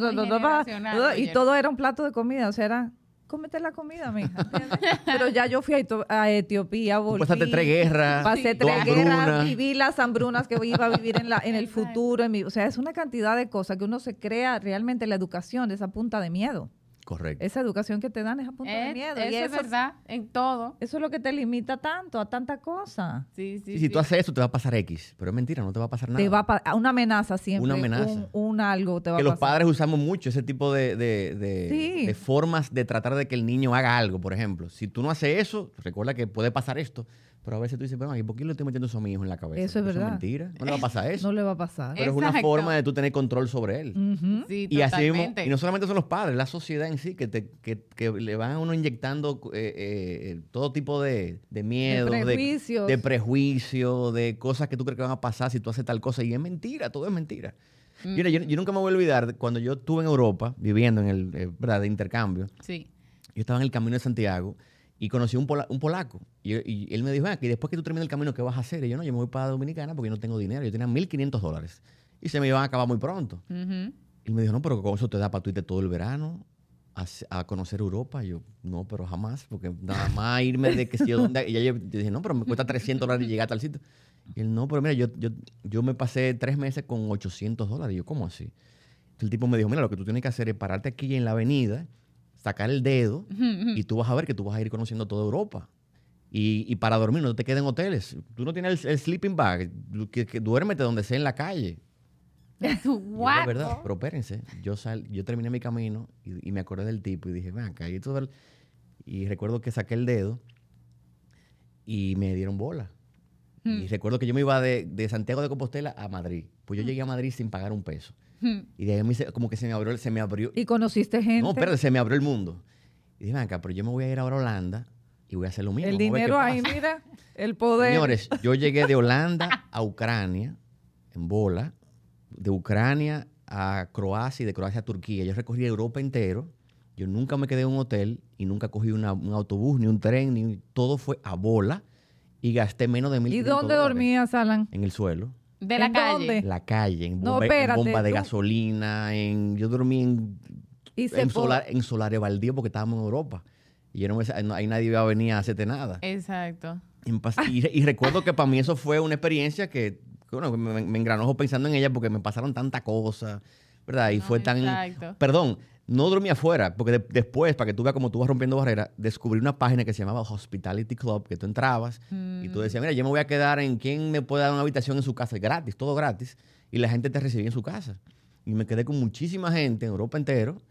y todo era un plato de comida, o sea, era cómete la comida, mija. Pero ya yo fui a Etiopía, volví. Pasaste 3 guerras. Pasé 3 guerras, viví las hambrunas que iba a vivir en el futuro. O sea, es una cantidad de cosas que uno se crea realmente. La educación de esa punta de miedo. Correcto. Esa educación que te dan es a punta de miedo. Eso es verdad, en todo. Eso es lo que te limita tanto, a tanta cosa. Sí. Si tú haces eso, te va a pasar X. Pero es mentira, no te va a pasar nada. Te va a una amenaza siempre. Una amenaza. Un algo te va a pasar. Que los padres usamos mucho ese tipo de formas de tratar de que el niño haga algo, por ejemplo. Si tú no haces eso, recuerda que puede pasar esto. Pero a veces tú dices, bueno, ¿y por qué le estoy metiendo eso a mi hijo en la cabeza? Eso es verdad. Es mentira. No le va a pasar eso. No le va a pasar. Pero es una forma de tú tener control sobre él. Uh-huh. Sí, y así mismo, totalmente. y no solamente son los padres, la sociedad en sí, que le van a uno inyectando todo tipo de miedo, de prejuicios, de cosas que tú crees que van a pasar si tú haces tal cosa. Y es mentira, todo es mentira. Mira, yo nunca me voy a olvidar cuando yo estuve en Europa, viviendo en el, ¿verdad?, de intercambio. Sí. Yo estaba en el Camino de Santiago y conocí un polaco. Y él me dijo, y después que tú termines el camino, ¿qué vas a hacer? Y yo, no, yo me voy para Dominicana porque yo no tengo dinero. Yo tenía $1,500. Y se me iban a acabar muy pronto. Uh-huh. Y él me dijo, no, pero con eso te da para tú irte todo el verano a conocer Europa. Y yo, no, pero jamás, porque nada más irme de que si yo dónde. Y yo dije, no, pero me cuesta $300 y llegar a tal sitio. Y él, no, pero mira, yo me pasé 3 meses con $800. Y yo, ¿cómo así? Entonces el tipo me dijo, mira, lo que tú tienes que hacer es pararte aquí en la avenida, sacar el dedo, y tú vas a ver que tú vas a ir conociendo toda Europa. Y para dormir, no te quedes en hoteles. Tú no tienes el sleeping bag, que duérmete donde sea en la calle. What? Es verdad, pero espérense, yo terminé mi camino y me acordé del tipo y dije, ven acá, y recuerdo que saqué el dedo y me dieron bola. Y recuerdo que yo me iba de Santiago de Compostela a Madrid. Pues yo llegué a Madrid sin pagar un peso. Y de ahí como que se me abrió. ¿Y conociste gente? No, espérate, se me abrió el mundo. Y dije, ven acá, pero yo me voy a ir ahora a Holanda y voy a hacer lo mismo. El dinero ahí, mira, el poder. Señores, yo llegué de Holanda a Ucrania en bola, de Ucrania a Croacia y de Croacia a Turquía. Yo recorrí Europa entero. Yo nunca me quedé en un hotel y nunca cogí un autobús, ni un tren, todo fue a bola y gasté menos de $1,500. ¿Y dónde dormías, Alan? En el suelo. ¿De la calle? ¿Dónde? En la calle, en espérate, bomba de tú. gasolina, yo dormí en solares baldíos porque estábamos en Europa. Y yo ahí nadie iba a venir a hacerte nada. Exacto. Y recuerdo que para mí eso fue una experiencia que bueno, me engranojo pensando en ella porque me pasaron tantas cosas, ¿verdad? Y fue tan... Exacto. Perdón, no dormí afuera, porque después, para que tú veas cómo tú vas rompiendo barreras, descubrí una página que se llamaba Hospitality Club, que tú entrabas y tú decías, mira, yo me voy a quedar en quién me puede dar una habitación en su casa, gratis, todo gratis, y la gente te recibía en su casa. Y me quedé con muchísima gente en Europa entero,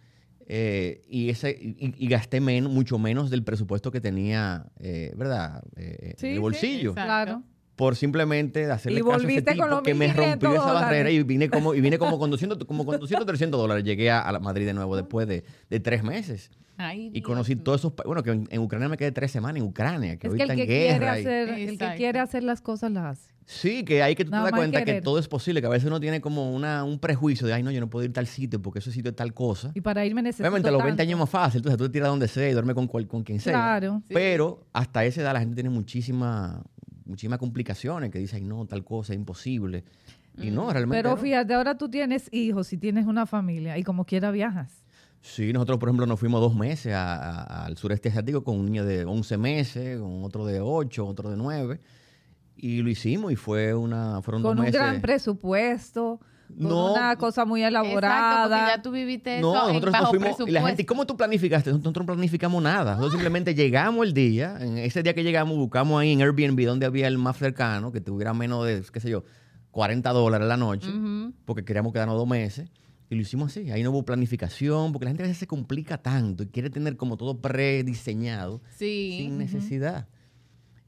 y gasté mucho menos del presupuesto que tenía, ¿verdad? En el bolsillo. Sí, claro. Por simplemente hacerle caso a ese tipo que me rompió esa barrera y vine como conduciendo $300. Llegué a Madrid de nuevo después de 3 meses. Ay, y conocí todos esos... Bueno, que en Ucrania me quedé 3 semanas en Ucrania, que ahorita en guerra. El que quiere hacer las cosas las hace. Sí, que ahí que tú te das cuenta que todo es posible, que a veces uno tiene como un prejuicio de, ay, no, yo no puedo ir a tal sitio porque ese sitio es tal cosa. Y para irme necesito obviamente, a los 20 años es más fácil, entonces tú te tiras donde sea y duermes con quien sea. Claro. Pero hasta esa edad la gente tiene muchísimas complicaciones, que dicen, no, tal cosa es imposible. Y no, realmente Pero no. fíjate, ahora tú tienes hijos y tienes una familia y como quiera viajas. Sí, nosotros, por ejemplo, nos fuimos 2 meses al sureste asiático con un niño de 11 meses, con otro de 8, otro de 9. Y lo hicimos y fueron 2 meses. Con un gran presupuesto, con una cosa muy elaborada. Exacto, porque ya tú viviste eso nosotros bajo nos fuimos, presupuesto. y la gente, ¿cómo tú planificaste? Nosotros no planificamos nada. Nosotros simplemente llegamos el día, en ese día que llegamos, buscamos ahí en Airbnb donde había el más cercano, que tuviera menos de, qué sé yo, $40 la noche, porque queríamos quedarnos 2 meses. Y lo hicimos así. Ahí no hubo planificación, porque la gente a veces se complica tanto y quiere tener como todo prediseñado sin necesidad.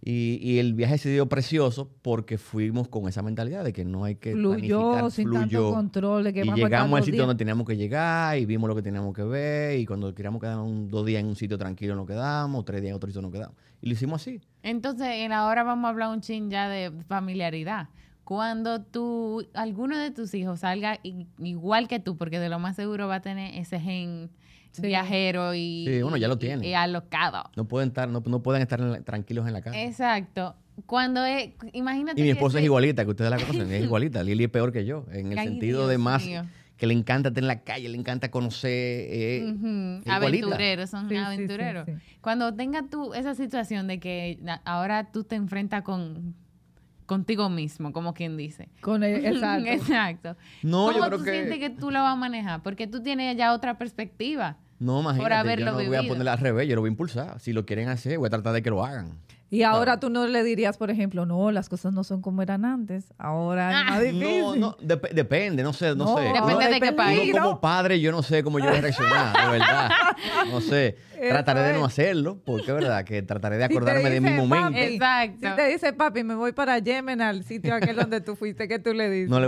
Y el viaje se dio precioso porque fuimos con esa mentalidad de que no hay que planificar, sin tanto control de que y llegamos al sitio donde teníamos que llegar y vimos lo que teníamos que ver y cuando queríamos quedarnos 2 días en un sitio tranquilo nos quedamos, 3 días en otro sitio nos quedamos. Y lo hicimos así. Entonces, ahora vamos a hablar un chin ya de familiaridad. Cuando alguno de tus hijos salga igual que tú, porque de lo más seguro va a tener ese gen viajero y, uno ya lo tiene. Y alocado. No pueden estar tranquilos en la casa. Exacto. Imagínate. Y mi esposa es igualita, que ustedes la conocen, es igualita. Lili es peor que yo, en el sentido de más que le encanta estar en la calle, le encanta conocer. Aventureros, son aventureros. Sí. Cuando tengas tú esa situación de que ahora tú te enfrentas contigo mismo, como quien dice. Exacto. Exacto. No, ¿Cómo yo creo tú sientes que tú lo vas a manejar? Porque tú tienes ya otra perspectiva. No, imagínate, por haberlo yo no vivido. voy a ponerle al revés, yo lo voy a impulsar. Si lo quieren hacer, voy a tratar de que lo hagan. Y ahora tú no le dirías, por ejemplo, no, las cosas no son como eran antes, ahora es más difícil. No, depende, no sé. Depende de qué país. Yo como padre, yo no sé cómo yo voy a reaccionar, de verdad. No sé. Trataré de no hacerlo, porque es verdad que trataré de acordarme de mi momento. Papi, exacto. Si te dice, papi, me voy para Yemen, al sitio aquel donde tú fuiste, ¿qué tú le dices? No,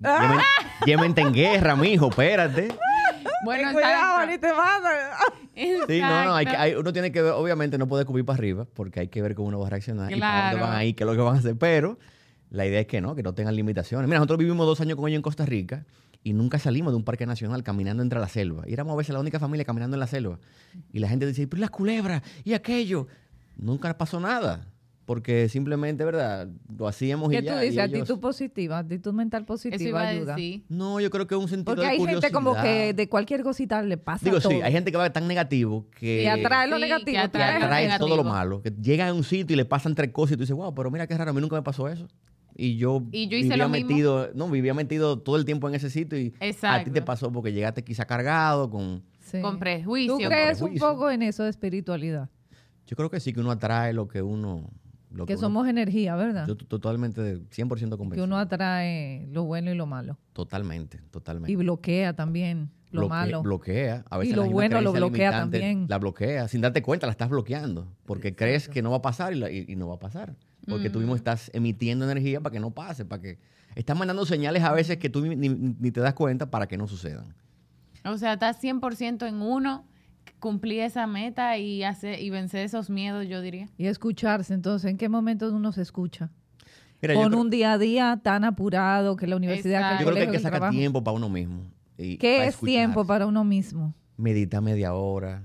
Yemen está en guerra, mijo, espérate. Bueno, cuidado, ni te mata. Sí, uno tiene que ver, obviamente no puede cubrir para arriba, porque hay que ver cómo uno va a reaccionar y para dónde van a ir, qué es lo que van a hacer, pero la idea es que no tengan limitaciones. Mira, nosotros vivimos 2 años con ellos en Costa Rica y nunca salimos de un parque nacional caminando entre la selva. Y éramos a veces la única familia caminando en la selva. Y la gente dice, pero las culebras y aquello. Nunca pasó nada. Porque simplemente, ¿verdad? Lo hacíamos y ya. ¿Qué tú dices? Actitud positiva, actitud mental positiva ayuda. No, yo creo que es un sentido porque de curiosidad. Porque hay gente como que de cualquier cosita le pasa todo. Sí, hay gente que va tan negativo que... Y atrae lo negativo. Que atrae todo lo malo. Que llega a un sitio y le pasan 3 cosas y tú dices, wow, pero mira qué raro, a mí nunca me pasó eso. Y yo hice lo mismo. Vivía metido todo el tiempo en ese sitio y a ti te pasó porque llegaste quizá cargado con prejuicio. ¿Tú crees un poco en eso de espiritualidad? Yo creo que sí, que uno atrae lo que uno... Que somos energía, ¿verdad? Yo totalmente, 100% convencido. Que uno atrae lo bueno y lo malo. Totalmente. Y bloquea también lo malo. Bloquea. A veces y lo bueno lo bloquea también. La bloquea. Sin darte cuenta, la estás bloqueando. Porque crees que no va a pasar y no va a pasar. Porque tú mismo estás emitiendo energía para que no pase. Estás mandando señales a veces que tú ni te das cuenta para que no sucedan. O sea, estás 100% en uno... Cumplir esa meta y vencer esos miedos, yo diría. Y escucharse, entonces, ¿en qué momento uno se escucha? Mira, con un día a día tan apurado que la universidad... Yo creo que hay que sacar tiempo para uno mismo. ¿Qué es tiempo para uno mismo? Medita media hora.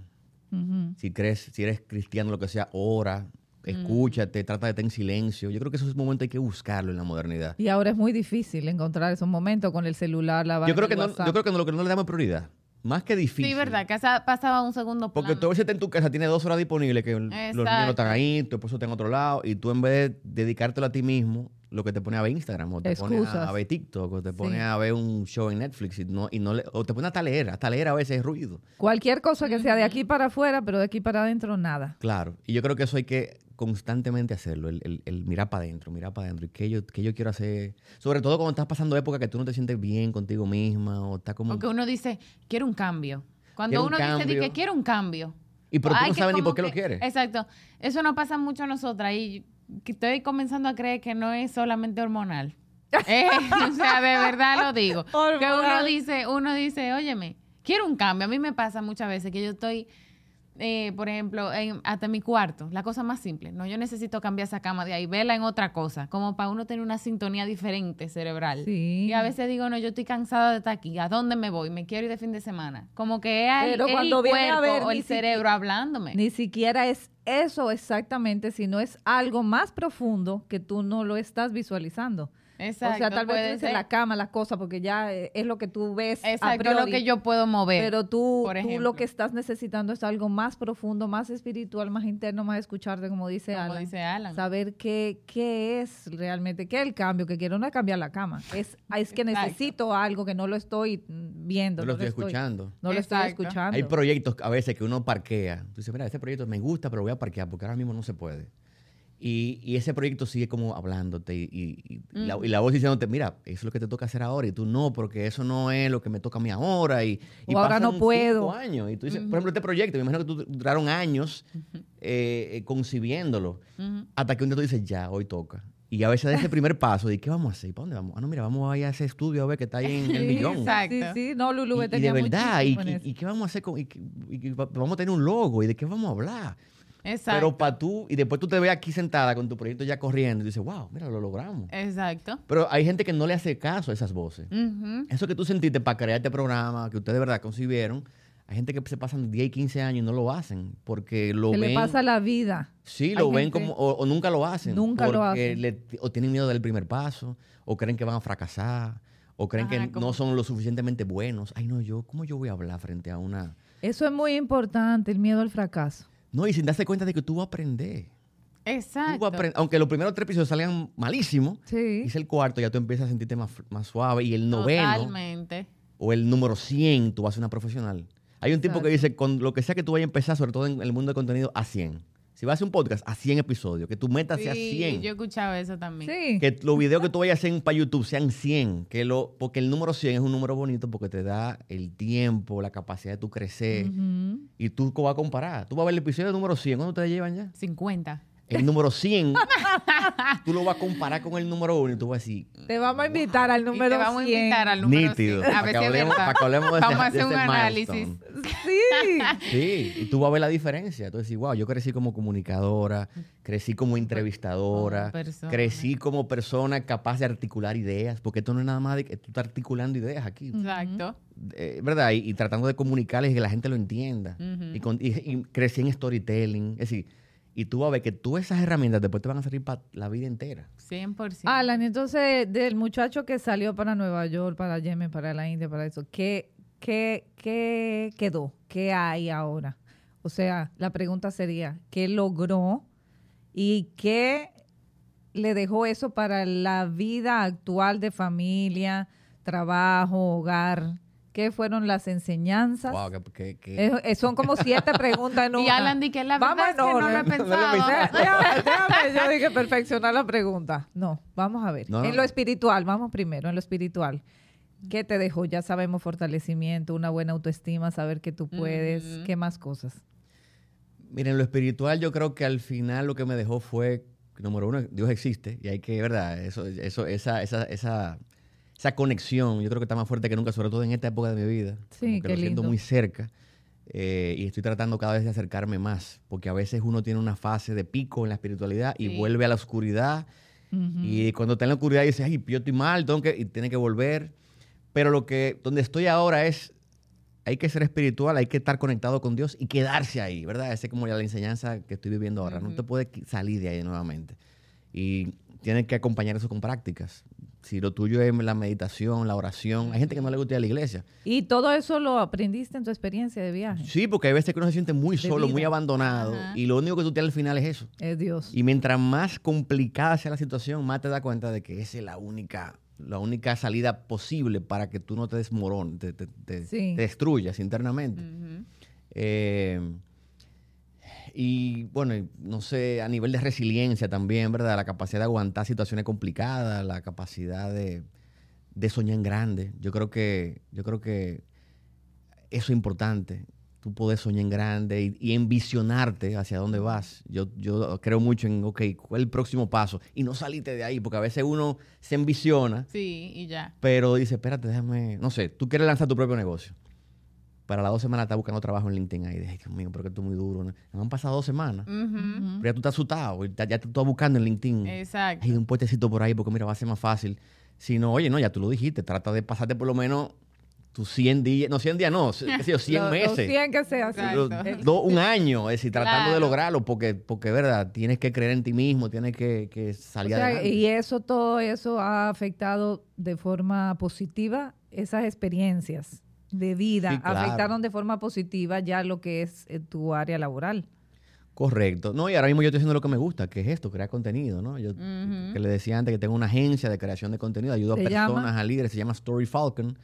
Si eres cristiano, lo que sea, ora. Escúchate, trata de estar en silencio. Yo creo que esos momentos hay que buscarlo en la modernidad. Y ahora es muy difícil encontrar esos momentos con el celular, yo creo que lo que no le damos prioridad. Más que difícil. Sí, verdad, que pasaba un segundo plano. Porque tú a veces estás en tu casa, tienes 2 horas disponibles, que los niños no están ahí, tu esposo está en otro lado, y tú en vez de dedicártelo a ti mismo, lo que te pone a ver Instagram, o te pone a ver TikTok, o te pone a ver un show en Netflix, o te pone hasta leer a veces es ruido. Cualquier cosa que sea de aquí para afuera, pero de aquí para adentro, nada. Claro, y yo creo que eso hay que constantemente hacerlo, el mirar para adentro, y qué yo quiero hacer, sobre todo cuando estás pasando época que tú no te sientes bien contigo misma, o está como... O que uno dice, quiero un cambio. Cuando uno dice que quiero un cambio. Y pero tú no sabes ni por qué lo quieres. Exacto. Eso nos pasa mucho a nosotras y estoy comenzando a creer que no es solamente hormonal. O sea, de verdad lo digo. Hormonal. Que uno dice, óyeme, quiero un cambio. A mí me pasa muchas veces que yo estoy... por ejemplo, hasta mi cuarto, la cosa más simple. No, yo necesito cambiar esa cama de ahí, verla en otra cosa, como para uno tener una sintonía diferente cerebral. Sí. Y a veces digo, no, yo estoy cansada de estar aquí. ¿A dónde me voy? Me quiero ir de fin de semana. Como que es el cuerpo o el cerebro hablándome. Ni siquiera es eso exactamente, sino es algo más profundo que tú no lo estás visualizando. Exacto, o sea, tal vez tú dices la cama, las cosas, porque ya es lo que tú ves exacto, a priori, lo que yo puedo mover. Pero tú lo que estás necesitando es algo más profundo, más espiritual, más interno, más escucharte, como dice Alan. Saber qué es realmente, qué es el cambio que quiero. No es cambiar la cama, es que necesito algo que no lo estoy viendo. No lo estoy escuchando. No lo estoy escuchando. Hay proyectos a veces que uno parquea. Tú dices, mira, este proyecto me gusta, pero lo voy a parquear porque ahora mismo no se puede. Y ese proyecto sigue como hablándote y la voz diciéndote, mira, eso es lo que te toca hacer ahora y tú no, porque eso no es lo que me toca a mí ahora y ahora no puedo. 5 años y tú dices, por ejemplo, este proyecto, me imagino que duraron años concibiéndolo. Hasta que un día tú dices, ya, hoy toca. Y a veces de ese primer paso, ¿y qué vamos a hacer? ¿Para dónde vamos? No, mira, vamos a ir a ese estudio a ver que está ahí en el millón. Exacto. Sí. No, Lulu y de verdad, ¿y qué vamos a hacer? Y vamos a tener un logo, ¿y de qué vamos a hablar? Exacto. Pero para tú, y después tú te ves aquí sentada con tu proyecto ya corriendo y dices, wow, mira, lo logramos. Exacto. Pero hay gente que no le hace caso a esas voces. Eso que tú sentiste para crear este programa, que ustedes de verdad concibieron, hay gente que se pasan 10 y 15 años y no lo hacen porque lo ven... le pasa la vida. Sí, lo ven como... O nunca lo hacen. Nunca lo hacen. O tienen miedo del primer paso, o creen que van a fracasar, o creen que no son lo suficientemente buenos. Ay, no, ¿cómo yo voy a hablar frente a una...? Eso es muy importante, el miedo al fracaso. No, y sin darse cuenta de que tú vas a aprender. Exacto. Aunque los primeros 3 episodios salgan malísimos, sí. y es el cuarto, ya tú empiezas a sentirte más suave. Y el noveno... Totalmente. O el número 100, tú vas a ser una profesional. Hay un tipo que dice, con lo que sea que tú vayas a empezar, sobre todo en el mundo del contenido, a 100. Si vas a hacer un podcast, a 100 episodios. Que tu meta sea 100. Sí, yo he escuchado eso también. Sí. Que los videos que tú vayas a hacer para YouTube sean 100. Porque el número 100 es un número bonito porque te da el tiempo, la capacidad de tú crecer. Y tú vas a comparar. Tú vas a ver el episodio número 100. ¿Cuándo te llevan ya? 50. El número 100, tú lo vas a comparar con el número 1 y tú vas a decir... Te vamos a invitar al número 100. Te vamos a invitar al número 100. Nítido. A ver si es verdad. Para que hablemos de vamos a ese hacer un análisis. milestone. Sí. Sí, y tú vas a ver la diferencia. Tú dices, wow, yo crecí como comunicadora, crecí como entrevistadora, crecí como persona capaz de articular ideas, porque esto no es nada más de que tú estás articulando ideas aquí. Exacto. ¿Verdad? Y tratando de comunicarles y que la gente lo entienda. Y crecí en storytelling. Es decir, y tú vas a ver que tú esas herramientas después te van a servir para la vida entera. 100%. Alan, entonces, del muchacho que salió para Nueva York, para Yemen, para la India, para eso, ¿qué quedó? ¿Qué hay ahora? O sea, la pregunta sería, ¿qué logró y qué le dejó eso para la vida actual de familia, trabajo, hogar? ¿Qué fueron las enseñanzas? Wow, son como 7 preguntas en una. Y Alan, di que la verdad es que no lo he pensado. Déjame, yo dije perfeccionar la pregunta. No, vamos a ver. En lo espiritual, vamos primero, en lo espiritual. ¿Qué te dejó? Ya sabemos fortalecimiento, una buena autoestima, saber que tú puedes. ¿Qué más cosas? Miren, lo espiritual yo creo que al final lo que me dejó fue, número 1, Dios existe y hay que, ¿verdad? Esa conexión, yo creo que está más fuerte que nunca, sobre todo en esta época de mi vida. Sí, que lo siento muy cerca y estoy tratando cada vez de acercarme más, porque a veces uno tiene una fase de pico en la espiritualidad y vuelve a la oscuridad. Y cuando está en la oscuridad dice, ay, yo estoy mal, y tiene que volver. Pero donde estoy ahora hay que ser espiritual, hay que estar conectado con Dios y quedarse ahí, ¿verdad? Esa es como la enseñanza que estoy viviendo ahora. No te puedes salir de ahí nuevamente. Y tienes que acompañar eso con prácticas. Si lo tuyo es la meditación, la oración, hay gente que no le gusta ir a la iglesia. ¿Y todo eso lo aprendiste en tu experiencia de viaje? Sí, porque hay veces que uno se siente muy solo, muy abandonado, y lo único que tú tienes al final es eso. Es Dios. Y mientras más complicada sea la situación, más te das cuenta de que esa es la única salida posible para que tú no te desmorones, te destruyas internamente. Y bueno, no sé, a nivel de resiliencia también, ¿verdad? La capacidad de aguantar situaciones complicadas, la capacidad de soñar en grande. Yo creo que eso es importante. Tú puedes soñar en grande y envisionarte hacia dónde vas. Yo creo mucho en, ¿cuál es el próximo paso? Y no salirte de ahí, porque a veces uno se envisiona. Sí, y ya. Pero dice, espérate, déjame, no sé, tú quieres lanzar tu propio negocio. Para las 2 semanas estás buscando trabajo en LinkedIn ahí. Ay, Dios mío, pero que esto es muy duro, ¿no? Me han pasado 2 semanas. Pero ya tú estás asustado. Ya tú estás buscando en LinkedIn. Exacto. Hay un puentecito por ahí porque, mira, va a ser más fácil. Si no, oye, no, ya tú lo dijiste. Trata de pasarte por lo menos tus 100 días. No, 100 días no. 100 meses. Los 100 que sea así. Un año. Es decir, tratando de lograrlo. Porque, ¿verdad? Tienes que creer en ti mismo. Tienes que salir adelante. Y todo eso ha afectado de forma positiva esas experiencias de vida, sí, claro. Afectaron de forma positiva ya lo que es tu área laboral. Correcto. No, y ahora mismo yo estoy haciendo lo que me gusta, que es esto, crear contenido, ¿no? Yo que le decía antes que tengo una agencia de creación de contenido, ayudo a personas, a líderes, se llama Story Falcon.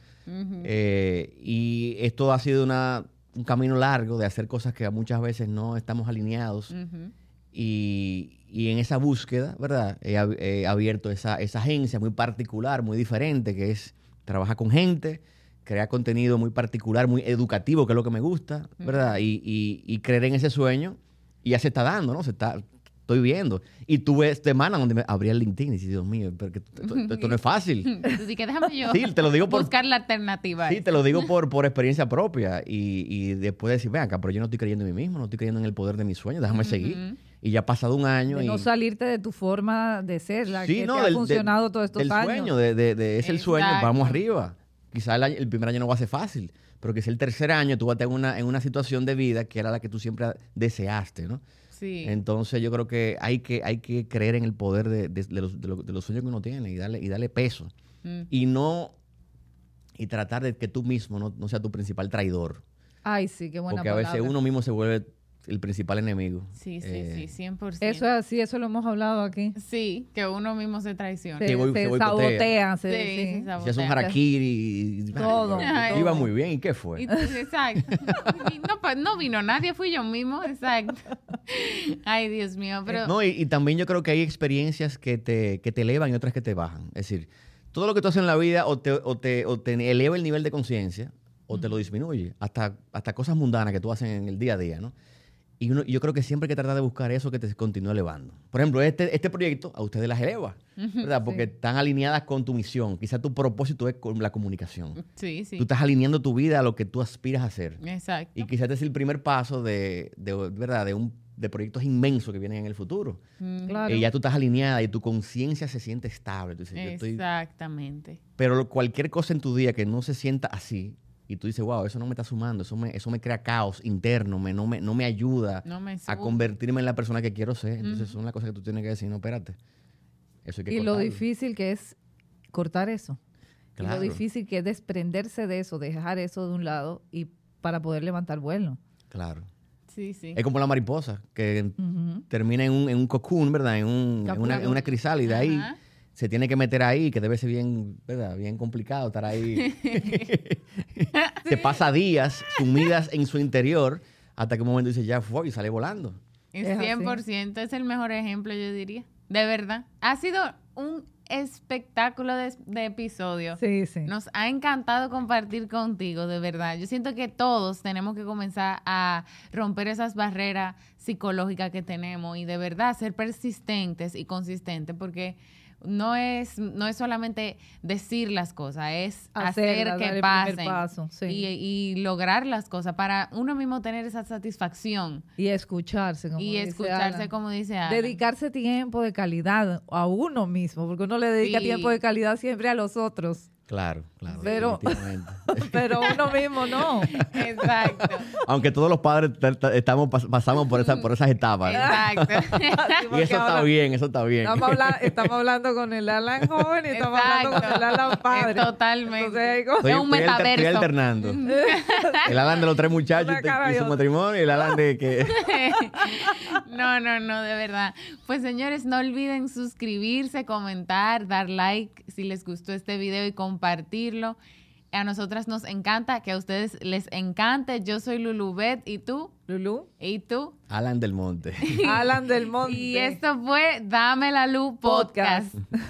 Y esto ha sido un camino largo de hacer cosas que muchas veces no estamos alineados. Y en esa búsqueda, ¿verdad? He abierto esa agencia muy particular, muy diferente, que es trabajar con gente, crear contenido muy particular, muy educativo, que es lo que me gusta, ¿verdad? Y creer en ese sueño Y ya se está dando, ¿no? Estoy viendo. Y tuve semanas donde me abría el LinkedIn y decía, Dios mío, porque esto no es fácil. Así que déjame yo sí, te lo digo buscar la alternativa. Sí, te lo digo por experiencia propia. Y después decir, ven acá, pero yo no estoy creyendo en mí mismo, no estoy creyendo en el poder de mis sueños, déjame seguir. Y ya ha pasado un año. De no salirte de tu forma de ser, la que te ha funcionado todos estos años. El sueño, es el sueño, vamos arriba. Quizás el primer año no va a ser fácil, pero quizás el tercer año tú vas a estar en una situación de vida que era la que tú siempre deseaste, ¿no? Sí. Entonces yo creo que hay que creer en el poder de los sueños que uno tiene y darle peso. Y tratar de que tú mismo no sea tu principal traidor. Ay, sí, qué buena palabra. Porque a veces uno mismo se vuelve el principal enemigo. Sí, 100%. Eso es así, eso lo hemos hablado aquí. Sí, que uno mismo se traiciona. Se sabotea. Se sabotea. Se hace un harakiri. Todo. Iba muy bien. ¿Y qué fue? Exacto. No vino nadie, fui yo mismo. Exacto. Ay, Dios mío. Pero... No, y también yo creo que hay experiencias que te elevan y otras que te bajan. Es decir, todo lo que tú haces en la vida o te eleva el nivel de conciencia o te lo disminuye. Hasta cosas mundanas que tú haces en el día a día, ¿no? Y yo creo que siempre hay que tratar de buscar eso que te continúe elevando. Por ejemplo, este proyecto a ustedes las eleva, ¿verdad? Porque están alineadas con tu misión. Quizás tu propósito es con la comunicación. Sí. Tú estás alineando tu vida a lo que tú aspiras a hacer. Exacto. Y quizás este es el primer paso de proyectos inmensos que vienen en el futuro. Claro. Y ya tú estás alineada y tu conciencia se siente estable. Tú dices, exactamente. Pero cualquier cosa en tu día que no se sienta así, y tú dices, wow, eso no me está sumando, eso me crea caos interno, no me ayuda a convertirme en la persona que quiero ser. Entonces son las cosas que tú tienes que decir, no, espérate. Eso hay que cortarlo. Lo difícil que es cortar eso. Claro. Y lo difícil que es desprenderse de eso, dejar eso de un lado y para poder levantar vuelo. Claro. Sí. Es como la mariposa, que termina en un cocoon, ¿verdad? En una crisálida ahí. Se tiene que meter ahí, que debe ser bien, ¿verdad? Bien complicado estar ahí. Se pasa días sumidas en su interior hasta que un momento dice, ya fue y sale volando. 100%, es el mejor ejemplo, yo diría. De verdad. Ha sido un espectáculo de episodio. Sí. Nos ha encantado compartir contigo, de verdad. Yo siento que todos tenemos que comenzar a romper esas barreras psicológicas que tenemos y de verdad ser persistentes y consistentes, porque no es solamente decir las cosas, es hacer que pasen y lograr las cosas para uno mismo tener esa satisfacción. Y escucharse, como dice Alan. Dedicarse tiempo de calidad a uno mismo, porque uno le dedica tiempo de calidad siempre a los otros. Claro. Pero uno mismo no. Exacto. Aunque todos los padres pasamos por esas etapas. Exacto. Y eso está bien. Estamos hablando con el Alan joven y estamos hablando con el Alan padre. Totalmente. Es un metaverso. Estoy alternando. El Alan de los 3 muchachos y su matrimonio y el Alan de que... No, de verdad. Pues señores, no olviden suscribirse, comentar, dar like si les gustó este video y compartirlo. A nosotras nos encanta, que a ustedes les encante. Yo soy Lulubet, ¿y tú? Lulú. ¿Y tú? Alan del Monte. Alan del Monte. Y esto fue Dame la Luz Podcast.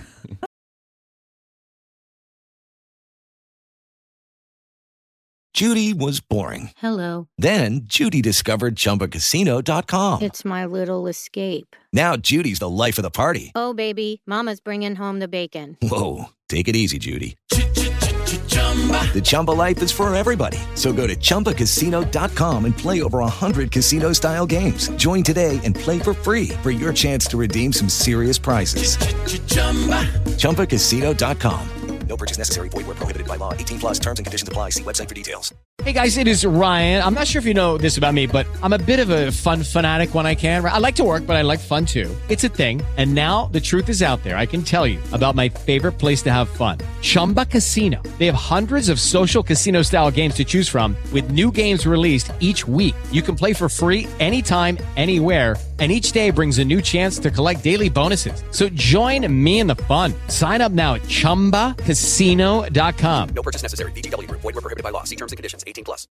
Judy was boring. Hello. Then Judy discovered ChumbaCasino.com. It's my little escape. Now Judy's the life of the party. Oh, baby, mama's bringing home the bacon. Whoa, take it easy, Judy. The Chumba life is for everybody. So go to ChumbaCasino.com and play over 100 casino-style games. Join today and play for free for your chance to redeem some serious prizes. ChumbaCasino.com. No purchase necessary. Void where prohibited by law. 18+ terms and conditions apply. See website for details. Hey guys, it is Ryan. I'm not sure if you know this about me, but I'm a bit of a fun fanatic when I can. I like to work, but I like fun too. It's a thing. And now the truth is out there. I can tell you about my favorite place to have fun. Chumba Casino. They have hundreds of social casino style games to choose from with new games released each week. You can play for free anytime, anywhere. And each day brings a new chance to collect daily bonuses. So join me in the fun. Sign up now at ChumbaCasino.com. No purchase necessary. VGW Group. Void where prohibited by law. See terms and conditions. 18+.